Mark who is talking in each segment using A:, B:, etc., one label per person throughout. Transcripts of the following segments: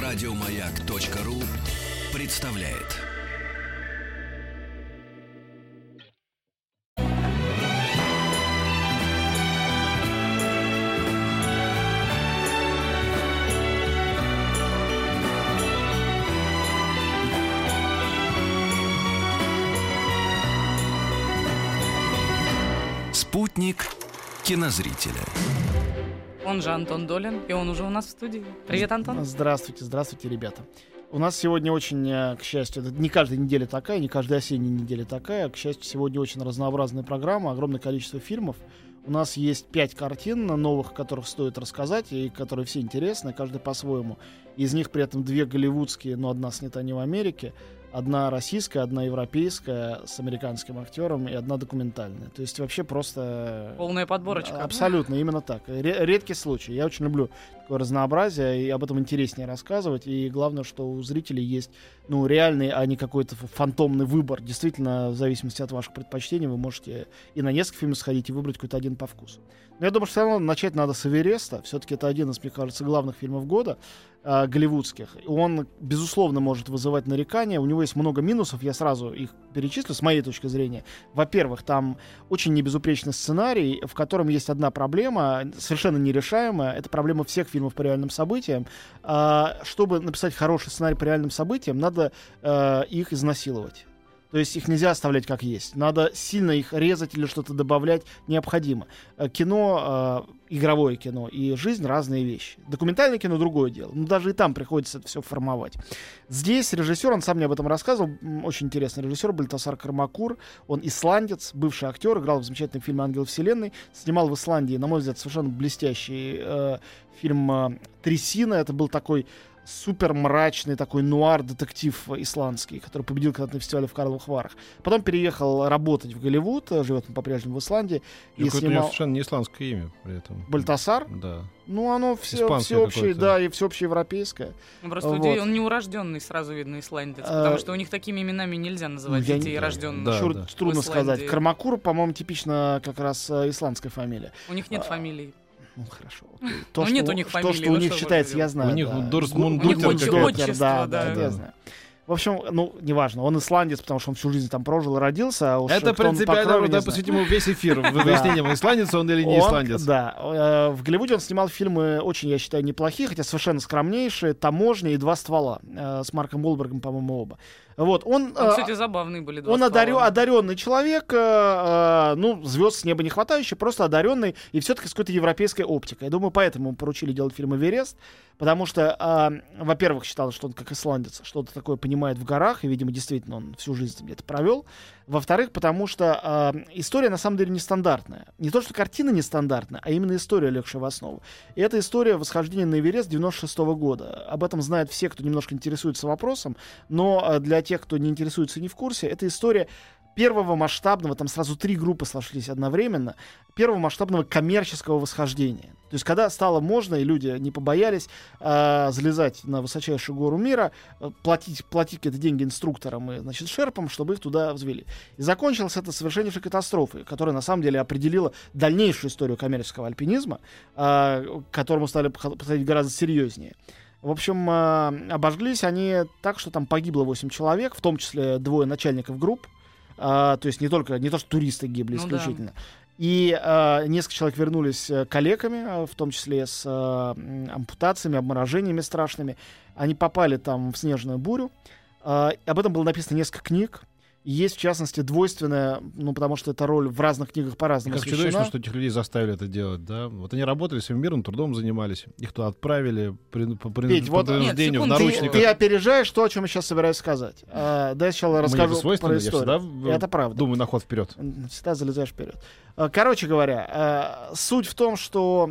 A: Радиомаяк.ру представляет. Спутник кинозрителя.
B: Он же Антон Долин, и он уже у нас в студии. Привет, Антон.
C: Здравствуйте, ребята. У нас сегодня очень, к счастью, это не каждая неделя такая, не каждая осенняя неделя такая. К счастью, сегодня очень разнообразная программа, огромное количество фильмов. У нас есть 5 картин новых, о которых стоит рассказать, и которые все интересны, каждый по-своему. Из них при этом 2 голливудские, но одна снята не в Америке. Одна российская, одна европейская с американским актером и одна документальная. То есть вообще просто...
B: Полная подборочка.
C: Абсолютно, именно так. Редкий случай. Я очень люблю такое разнообразие, и об этом интереснее рассказывать. И главное, что у зрителей есть реальный, а не какой-то фантомный выбор. Действительно, в зависимости от ваших предпочтений, вы можете и на несколько фильмов сходить, и выбрать какой-то один по вкусу. Но я думаю, что все равно начать надо с «Эвереста». Все-таки это один из, мне кажется, главных фильмов года, голливудских. Он, безусловно, может вызывать нарекания. У него есть много минусов, я сразу их перечислю, с моей точки зрения. Во-первых, там очень небезупречный сценарий, в котором есть одна проблема, совершенно нерешаемая. Это проблема всех фильмов по реальным событиям. Чтобы написать хороший сценарий по реальным событиям, надо их изнасиловать. То есть их нельзя оставлять как есть. Надо сильно их резать или что-то добавлять необходимо. Кино, игровое кино и жизнь — разные вещи. Документальное кино — другое дело. Но даже и там приходится это все формовать. Здесь режиссер, он сам мне об этом рассказывал, очень интересный режиссер, Бальтасар Кармакур. Он исландец, бывший актер, играл в замечательном фильме «Ангел вселенной». Снимал в Исландии, на мой взгляд, совершенно блестящий фильм «Трясина». Это был такой супер мрачный такой нуар-детектив исландский, который победил когда-то на фестивале в Карловых Варах. Потом переехал работать в Голливуд, живет он по-прежнему в Исландии.
D: И снимал... у него совершенно не исландское имя при этом.
C: Бальтасар?
D: Да.
C: Оно всеобщее, да, и всеобщеевропейское.
B: Просто он неурожденный, сразу видно, исландец, потому что у них такими именами нельзя называть детей рожденных.
C: Трудно сказать. Кармакур, по-моему, типично как раз исландская фамилия.
B: У них нет фамилии.
C: Хорошо.
B: Нет у них фамилии.
C: То, что у них считается, я знаю.
D: У них
C: Отчество, да, я знаю. В общем, неважно, он исландец, потому что он всю жизнь там прожил и родился.
D: Это принципиально, да, посвятим ему весь эфир выяснением, исландец он или не исландец.
C: Да, в Голливуде он снимал фильмы очень, я считаю, неплохие, хотя совершенно скромнейшие, «Таможня» и «Два ствола», с Марком Уолбергом, по-моему, оба. Он,
B: кстати, забавные были два
C: ствола. Он одаренный человек, звезд с неба не хватающий, просто одаренный, и все-таки с какой-то европейской оптикой. Я думаю, поэтому ему поручили делать фильм «Эверест», потому что, во-первых, считалось, что он как исландец что-то такое понимает в горах, и, видимо, действительно он всю жизнь где-то провел. Во-вторых, потому что история на самом деле нестандартная. Не то, что картина нестандартная, а именно история, легшая в основу. И это история восхождения на Эверест 96-го года. Об этом знают все, кто немножко интересуется вопросом, но для тех, кто не интересуется и не в курсе, это история первого масштабного, там сразу 3 группы сошлись одновременно, первого масштабного коммерческого восхождения. То есть, когда стало можно, и люди не побоялись залезать на высочайшую гору мира, платить какие-то деньги инструкторам и, шерпам, чтобы их туда взвели. И закончилось это совершеннейшей катастрофой, которая, на самом деле, определила дальнейшую историю коммерческого альпинизма, к которому стали подходить гораздо серьезнее. В общем, обожглись они так, что там погибло 8 человек, в том числе 2 начальников групп. То есть не то, что туристы гибли исключительно. Да. И несколько человек вернулись калеками, в том числе с ампутациями, обморожениями страшными. Они попали там в снежную бурю. Об этом было написано несколько книг. Есть, в частности, двойственная, потому что эта роль в разных книгах по-разному освещена.
D: Как чудовищно, что этих людей заставили это делать, да? Вот они работали своим мирным трудом, занимались. Их туда отправили по принуждению в наручниках.
C: Ты опережаешь то, о чем я сейчас собираюсь сказать. Дай сначала расскажу про историю. Это правда.
D: Думаю, на ход вперед.
C: Всегда залезаешь вперед. Короче говоря, суть в том, что,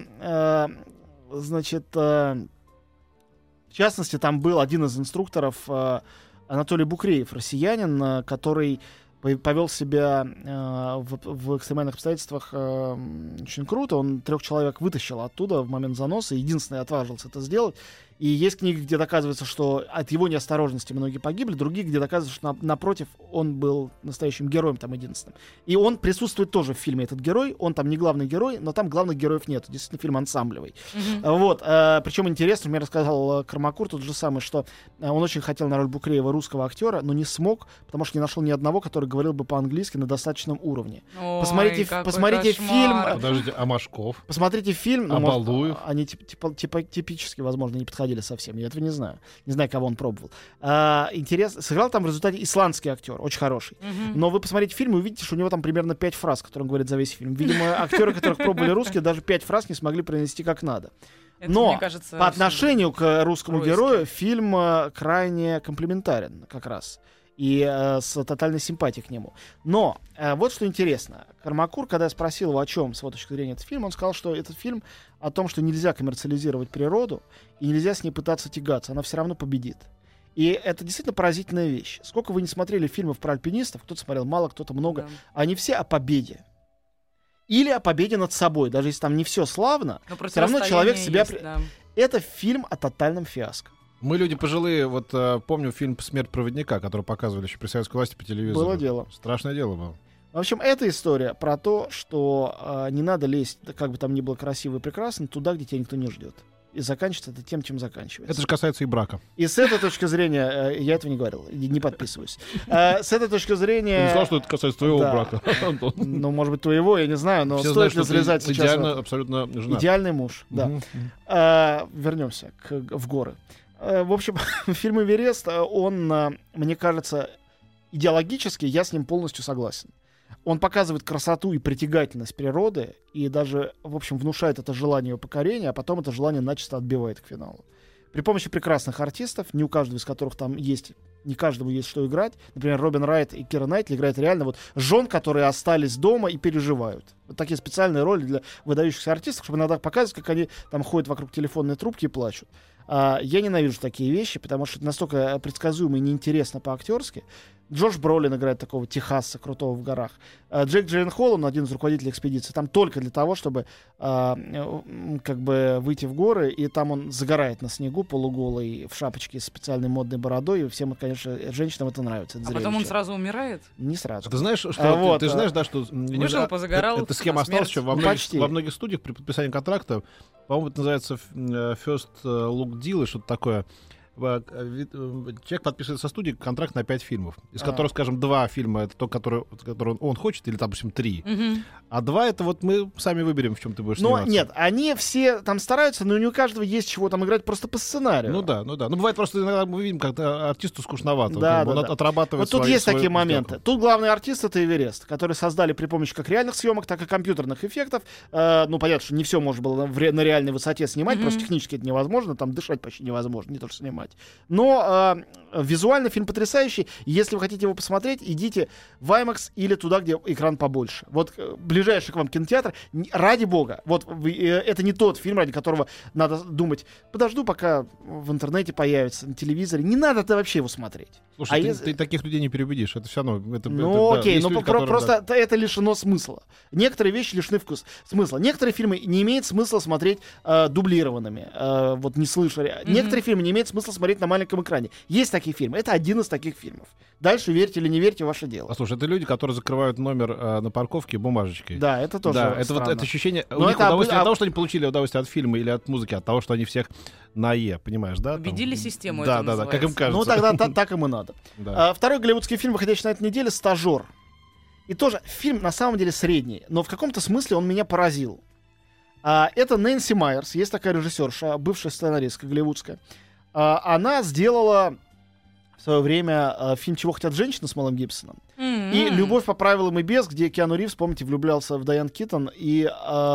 C: в частности, там был один из инструкторов, Анатолий Букреев, россиянин, который повел себя в экстремальных обстоятельствах очень круто. Он 3 человек вытащил оттуда в момент заноса, единственный отважился это сделать. И есть книги, где доказывается, что от его неосторожности многие погибли, другие, где доказывается, что напротив, он был настоящим героем там единственным. И он присутствует тоже в фильме, этот герой. Он там не главный герой, но там главных героев нет. Действительно, фильм ансамблевый. Вот. Причем интересно, мне рассказал Кармакур тот же самый, что он очень хотел на роль Букреева русского актера, но не смог, потому что не нашел ни одного, который говорил бы по-английски на достаточном уровне.
B: Ой,
C: посмотрите фильм.
D: Подождите, а Машков?
C: Посмотрите фильм.
D: А Балуев?
C: Они типически, возможно, не подходили совсем. Я этого не знаю. Не знаю, кого он пробовал. Интересно. Сыграл там в результате исландский актер, очень хороший. Но вы посмотрите фильм и увидите, что у него там примерно 5 фраз, которые он говорит за весь фильм. Видимо, актеры, которых пробовали русские, даже 5 фраз не смогли произнести как надо.
B: Это,
C: но
B: мне кажется,
C: по отношению к русскому герою фильм крайне комплиментарен как раз. И с тотальной симпатией к нему. Но вот что интересно. Кармакур, когда я спросил его, о чем, с его точки зрения, этот фильм, он сказал, что этот фильм о том, что нельзя коммерциализировать природу и нельзя с ней пытаться тягаться. Она все равно победит. И это действительно поразительная вещь. Сколько вы не смотрели фильмов про альпинистов, кто-то смотрел мало, кто-то много, да. Они все о победе. Или о победе над собой. Даже если там не все славно, все равно человек себя...
B: Есть, да.
C: Это фильм о тотальном фиаско.
D: Мы люди пожилые, вот помню фильм «Смерть проводника», который показывали еще при советской власти по телевизору.
C: Было дело.
D: Страшное дело было.
C: В общем, эта история про то, что не надо лезть, как бы там ни было красиво и прекрасно, туда, где тебя никто не ждет. И заканчивается это тем, чем заканчивается.
D: Это же касается и брака.
C: И с этой точки зрения, я этого не говорил, не подписываюсь. С этой точки зрения...
D: Ты не сказал, что это касается твоего брака,
C: Антон. Ну, может быть, твоего, я не знаю, но стоит ли залезать сейчас...
D: Идеально, абсолютно жена.
C: Идеальный муж, да. Вернемся в горы. В общем, фильм «Эверест», он, мне кажется, идеологически я с ним полностью согласен. Он показывает красоту и притягательность природы и даже, в общем, внушает это желание ее покорения, а потом это желание начисто отбивает к финалу. При помощи прекрасных артистов, не у каждого из которых там есть, не каждому есть что играть. Например, Робин Райт и Кира Найтли играют реально вот жен, которые остались дома и переживают. Вот такие специальные роли для выдающихся артистов, чтобы иногда показывать, как они там ходят вокруг телефонной трубки и плачут. Я ненавижу такие вещи, потому что это настолько предсказуемо и неинтересно по-актерски. Джош Бролин играет такого техасца крутого в горах. Джейк Джилленхол, он один из руководителей экспедиции, там только для того, чтобы как бы выйти в горы, и там он загорает на снегу полуголый, в шапочке с специальной модной бородой, и всем, конечно, женщинам это нравится. Это
B: потом он сразу умирает?
C: Не сразу.
D: Ты знаешь, что ты знаешь, да, что
B: вышел, позагорал.
D: Эта схема осталась еще во многих студиях при подписании контракта. По-моему, это называется First Look Deal и что-то такое. Человек подписывает со студией контракт на 5 фильмов, из которых, скажем, 2 фильма это то, который он хочет, или там, допустим, 3. А 2 это вот мы сами выберем, в чем ты будешь сниматься.
C: Нет, они все там стараются, но не у каждого есть чего там играть просто по сценарию.
D: Ну да. Ну, бывает просто иногда мы видим, как артисту скучновато.
C: Да,
D: он отрабатывает
C: вот тут есть такие моменты. Тут главный артист — это Эверест, который создали при помощи как реальных съемок, так и компьютерных эффектов. Ну, понятно, что не все можно было на реальной высоте снимать, просто технически это невозможно, там дышать почти невозможно, не то что снимать. Но визуально фильм потрясающий. Если вы хотите его посмотреть, идите в IMAX или туда, где экран побольше. Вот ближайший к вам кинотеатр. Ради бога. Вот это не тот фильм, ради которого надо думать, подожду, пока в интернете появится, на телевизоре. Не надо это вообще его смотреть.
D: Слушай, ты таких людей не переубедишь. Это все равно...
C: Окей, но просто это лишено смысла. Некоторые вещи лишены смысла. Некоторые фильмы не имеет смысла смотреть дублированными. Вот не слыша. Некоторые фильмы не имеет смысла смотреть на маленьком экране. Есть такие фильмы. Это один из таких фильмов. Дальше верьте или не верьте, ваше дело.
D: Слушай, это люди, которые закрывают номер на парковке бумажечкой.
C: Да, это тоже
D: это вот это ощущение. У них удовольствие от того, что они получили удовольствие от фильма или от музыки, от того, что они всех на «е», понимаешь, да?
B: Победили систему,
D: это называется. Да, как им кажется.
C: Ну, тогда так им и надо. Второй голливудский фильм, выходящий на этой неделе, «Стажер». И тоже фильм на самом деле средний, но в каком-то смысле он меня поразил. Это Нэнси Майерс, есть такая режиссерша, бывшая сценаристка голливудская. Она сделала в свое время фильм «Чего хотят женщины» с Мелом Гибсоном. И «Любовь по правилам и без», где Киану Ривз, помните, влюблялся в Дайан Китон и,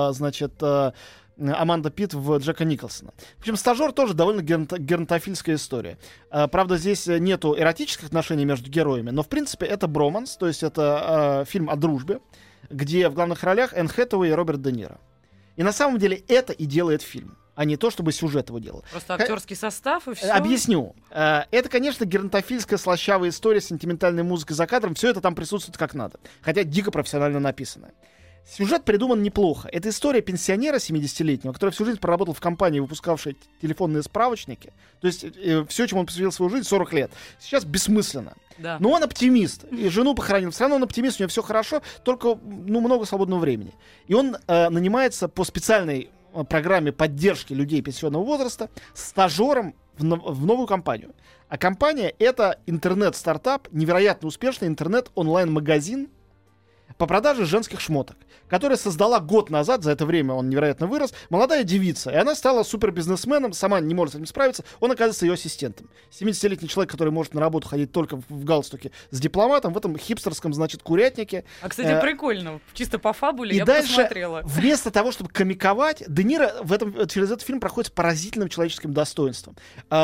C: Аманда Питт в Джека Николсона. В общем, «Стажер» тоже довольно геронтофильская история. Правда, здесь нету эротических отношений между героями, но, в принципе, это броманс, то есть это фильм о дружбе, где в главных ролях Энн Хэтэуэй и Роберт Де Ниро. И на самом деле это и делает фильм, а не то, чтобы сюжет его делал.
B: Просто актерский состав и все.
C: Объясню. Это, конечно, геронтофильская слащавая история с сентиментальной музыкой за кадром. Все это там присутствует как надо. Хотя дико профессионально написанное. Сюжет придуман неплохо. Это история пенсионера 70-летнего, который всю жизнь проработал в компании, выпускавшей телефонные справочники. То есть все, чему он посвятил свою жизнь, 40 лет. Сейчас бессмысленно.
B: Да.
C: Но он оптимист. И жену похоронил. Все равно он оптимист, у него все хорошо, только много свободного времени. И он нанимается по специальной программе поддержки людей пенсионного возраста стажером в новую компанию. А компания — это интернет-стартап, невероятно успешный интернет-онлайн-магазин по продаже женских шмоток, которая создала год назад, за это время он невероятно вырос, молодая девица, и она стала супербизнесменом, сама не может с этим справиться, он оказывается ее ассистентом. 70-летний человек, который может на работу ходить только в галстуке с дипломатом, в этом хипстерском, значит, курятнике.
B: А, кстати, прикольно, чисто по фабуле я
C: бы посмотрела.
B: И
C: дальше, вместо того, чтобы комиковать, Де Ниро через этот фильм проходит с поразительным человеческим достоинством.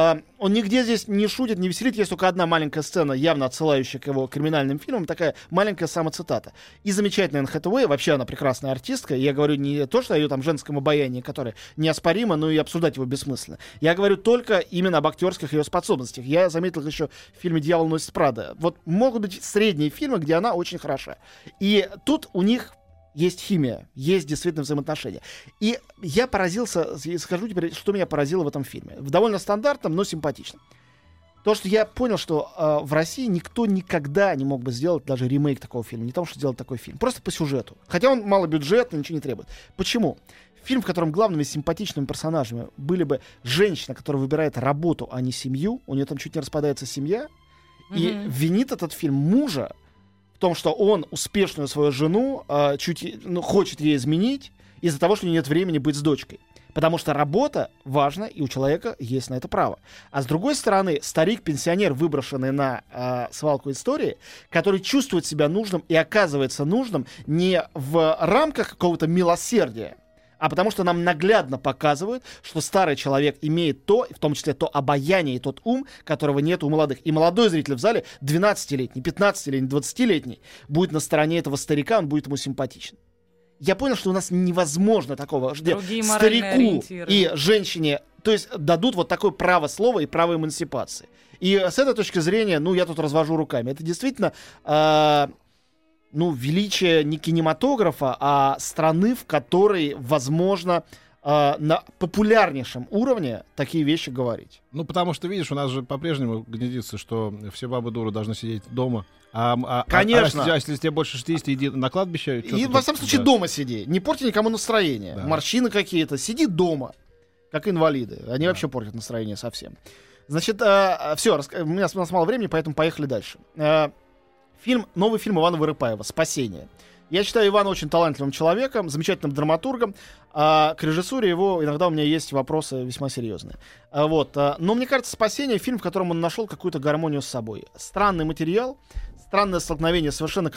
C: Он нигде здесь не шутит, не веселит, есть только одна маленькая сцена, явно отсылающая к его криминальным фильмам, такая маленькая самоцитата. И замечательная Энн Хэтэуэй, вообще она прекрасная артистка. Я говорю не то, что о ее там женском обаянии, которое неоспоримо, но и обсуждать его бессмысленно. Я говорю только именно об актерских ее способностях. Я заметил их еще в фильме «Дьявол носит Прада». Вот могут быть средние фильмы, где она очень хороша. И тут у них есть химия, есть действительно взаимоотношения. И я поразился, скажу теперь, что меня поразило в этом фильме. В довольно стандартном, но симпатичном. То, что я понял, что в России никто никогда не мог бы сделать даже ремейк такого фильма. Не потому, что сделать такой фильм. Просто по сюжету. Хотя он малобюджетный, ничего не требует. Почему? Фильм, в котором главными симпатичными персонажами были бы женщина, которая выбирает работу, а не семью. У нее там чуть не распадается семья. И винит этот фильм мужа в том, что он успешную свою жену хочет ей изменить из-за того, что у нее нет времени быть с дочкой. Потому что работа важна, и у человека есть на это право. А с другой стороны, старик-пенсионер, выброшенный на свалку истории, который чувствует себя нужным и оказывается нужным не в рамках какого-то милосердия, а потому что нам наглядно показывают, что старый человек имеет то, в том числе то обаяние и тот ум, которого нет у молодых. И молодой зритель в зале, 12-летний, 15-летний, 20-летний, будет на стороне этого старика, он будет ему симпатичен. Я понял, что у нас невозможно такого, где старику и женщине, то есть дадут вот такое право слова и право эмансипации. И с этой точки зрения, я тут развожу руками. Это действительно, величие не кинематографа, а страны, в которой возможно на популярнейшем уровне такие вещи говорить.
D: Потому что, видишь, у нас же по-прежнему гнездится, что все бабы дуры должны сидеть дома.
C: Конечно.
D: Если тебе больше 60, иди на кладбище.
C: И во всяком случае дома сиди. Не порти никому настроение. Да. Морщины какие-то. Сиди дома. Как инвалиды. Они вообще портят настроение совсем. Значит, все. У нас мало времени, поэтому поехали дальше. Новый фильм Ивана Вырыпаева «Спасение». Я считаю Ивана очень талантливым человеком, замечательным драматургом. К режиссуре его иногда у меня есть вопросы весьма серьезные. Но мне кажется, «Спасение» — фильм, в котором он нашел какую-то гармонию с собой. Странный материал, странное столкновение совершенно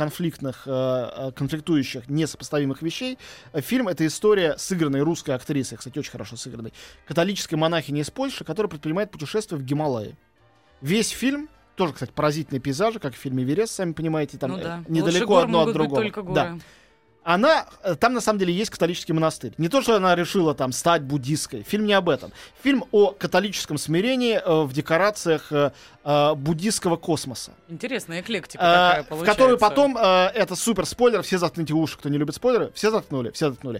C: конфликтующих, несопоставимых вещей. Фильм — это история сыгранной русской актрисой, кстати, очень хорошо сыгранной, католической монахини из Польши, которая предпринимает путешествие в Гималаи. Весь фильм — тоже, кстати, поразительные пейзажи, как в фильме «Эверест», сами понимаете, там недалеко одно от другого. Да. Там, на самом деле, есть католический монастырь. Не то, что она решила там стать буддистской. Фильм не об этом. Фильм о католическом смирении в декорациях буддистского космоса.
B: Интересная эклектика такая получается.
C: В которую потом, это супер спойлер, все заткните уши, кто не любит спойлеры, все заткнули.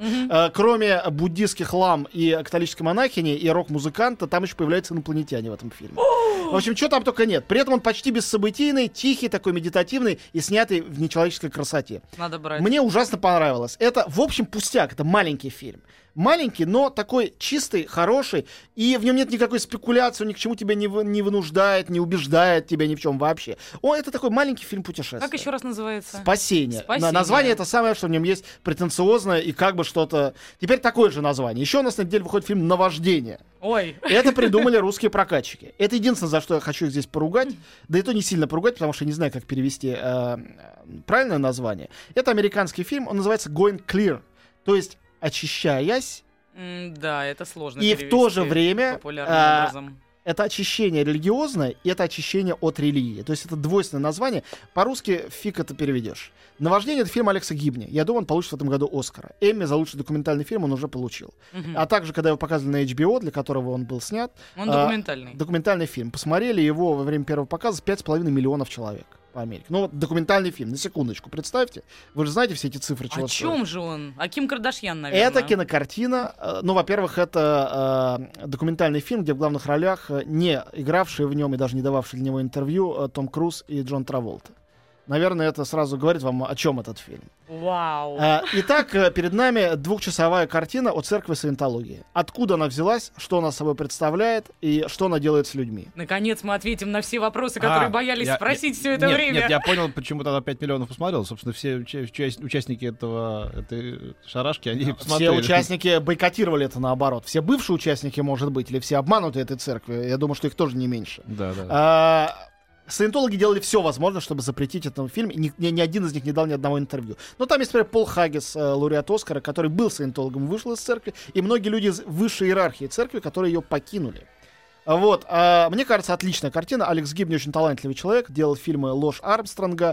C: Кроме буддистских лам и католической монахини и рок-музыканта, там еще появляются инопланетяне в этом фильме. В общем, чего там только нет. При этом он почти бессобытийный, тихий, такой медитативный и снятый в нечеловеческой красоте.
B: Надо брать.
C: Мне ужасно понравилось. Это, в общем, пустяк. Это маленький фильм. Маленький, но такой чистый, хороший. И в нем нет никакой спекуляции, он ни к чему тебя не вынуждает, не убеждает тебя ни в чем вообще. Это такой маленький фильм путешествия.
B: Как еще раз называется?
C: «Спасение». Название это самое, что в нем есть претенциозное и как бы что-то... Теперь такое же название. Еще у нас на неделе выходит фильм «Наваждение».
B: Ой.
C: Это придумали русские прокатчики. Это единственное, за что я хочу их здесь поругать. Да и то не сильно поругать, потому что не знаю, как перевести правильное название. Это американский фильм, он называется «Going Clear». То есть очищаясь.
B: Да, это сложно
C: и
B: перевести.
C: В то же время
B: популярным образом.
C: Это очищение религиозное и это очищение от религии. То есть это двойственное название. По-русски фиг это переведешь. «Наваждение» — это фильм Алекса Гибни. Я думаю, он получит в этом году Оскара. Эмми за лучший документальный фильм он уже получил. А также, когда его показывали на HBO, для которого он был снят.
B: Он документальный.
C: Документальный фильм. Посмотрели его во время первого показа 5,5 миллионов человек. по Америке. Ну, вот документальный фильм, на секундочку, представьте. Вы же знаете все эти цифры, чего
B: стоит. О чем же он? А Ким Кардашьян, наверное.
C: Это кинокартина. Ну, во-первых, это документальный фильм, где в главных ролях не игравшие в нем и даже не дававшие для него интервью Том Круз и Джон Траволта. Наверное, это сразу говорит вам, о чем этот фильм.
B: Вау.
C: Итак, перед нами 2-часовая картина о церкви саентологии. Откуда она взялась, что она собой представляет и что она делает с людьми.
B: Наконец мы ответим на все вопросы, которые боялись спросить все это время.
D: Нет, я понял, почему тогда 5 миллионов посмотрел. Собственно, все участники этой шарашки, они посмотрели.
C: Все участники бойкотировали это наоборот. Все бывшие участники, может быть, или все обманутые этой церкви. Я думаю, что их тоже не меньше.
D: Да.
C: Саентологи делали все возможное, чтобы запретить этот фильм. Ни один из них не дал ни одного интервью. Но там есть, например, Пол Хаггис, лауреат Оскара, который был саентологом, вышел из церкви, и многие люди из высшей иерархии церкви, которые ее покинули. Вот, мне кажется, отличная картина. Алекс Гибни очень талантливый человек, делал фильмы «Ложь Армстронга»,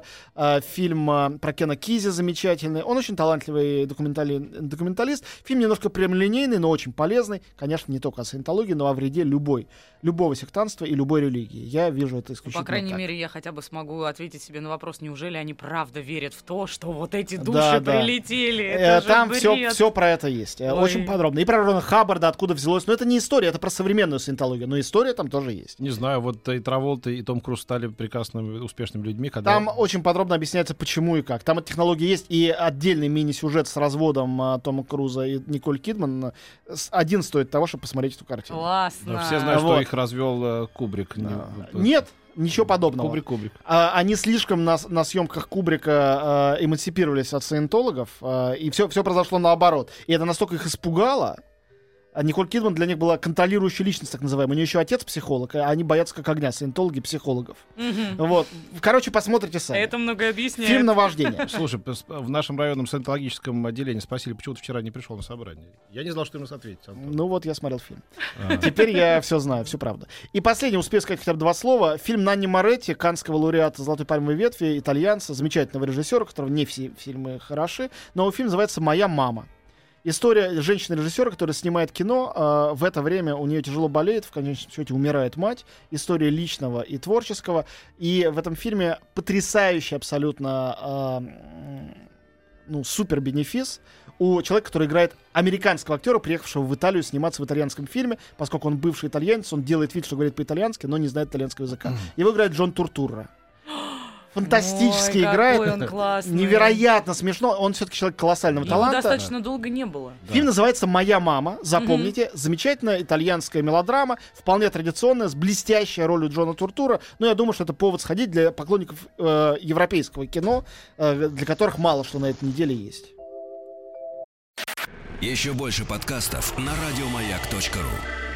C: фильм про Кена Кизи замечательный. Он очень талантливый документалист. Фильм немножко прямолинейный, но очень полезный. Конечно, не только о саентологии, но о вреде любого сектантства и любой религии. Я вижу это исключительно
B: По крайней
C: так.
B: мере, я хотя бы смогу ответить себе на вопрос, неужели они правда верят в то, что вот эти души прилетели? Это
C: там
B: бред.
C: все про это есть. Очень подробно. И про Рона Хаббарда, откуда взялось. Но это не история, это про современную саентологию. Но история там тоже есть.
D: Не знаю, вот и Траволта, и Том Круз стали прекрасными, успешными людьми. Когда...
C: Там очень подробно объясняется, почему и как. Там эта технология есть, и отдельный мини-сюжет с разводом Тома Круза и Николь Кидман один стоит того, чтобы посмотреть эту картину.
B: Классно.
D: Но все знают, что их развел Кубрик.
C: Нет, ничего подобного.
D: Кубрик.
C: Они слишком на съемках Кубрика эмансипировались от саентологов, и все произошло наоборот. И это настолько их испугало. Николь Кидман для них была контролирующей личность, так называемая. У нее еще отец психолог, а они боятся как огня, саентологи психологов. Вот. Короче, посмотрите сами.
B: Это многое объясняет.
C: Фильм «Наваждение».
D: Слушай, в нашем районном саентологическом отделении спросили, почему ты вчера не пришел на собрание. Я не знал, что им ответить, Антон.
C: Ну вот, я смотрел фильм. Теперь я все знаю, все правда. И последнее, успею сказать хотя бы 2 слова. Фильм Нанни Моретти, каннского лауреата «Золотой пальмовой ветви», итальянца, замечательного режиссера, у которого не все фильмы хороши, но фильм называется «Моя мама». История женщины-режиссера, которая снимает кино. В это время у нее тяжело болеет, в конечном счете умирает мать. История личного и творческого. И в этом фильме потрясающий абсолютно супер бенефис у человека, который играет американского актера, приехавшего в Италию сниматься в итальянском фильме. Поскольку он бывший итальянец, он делает вид, что говорит по-итальянски, но не знает итальянского языка. Его играет Джон Туртурро. Фантастически играет.
B: Он классный.
C: Невероятно смешно. Он все-таки человек колоссального таланта.
B: Достаточно долго не было.
C: Фильм называется «Моя мама». Запомните. Замечательная итальянская мелодрама. Вполне традиционная, с блестящей ролью Джона Туртурро. Но я думаю, что это повод сходить для поклонников европейского кино, для которых мало что на этой неделе есть.
A: Еще больше подкастов на радиомаяк.ру.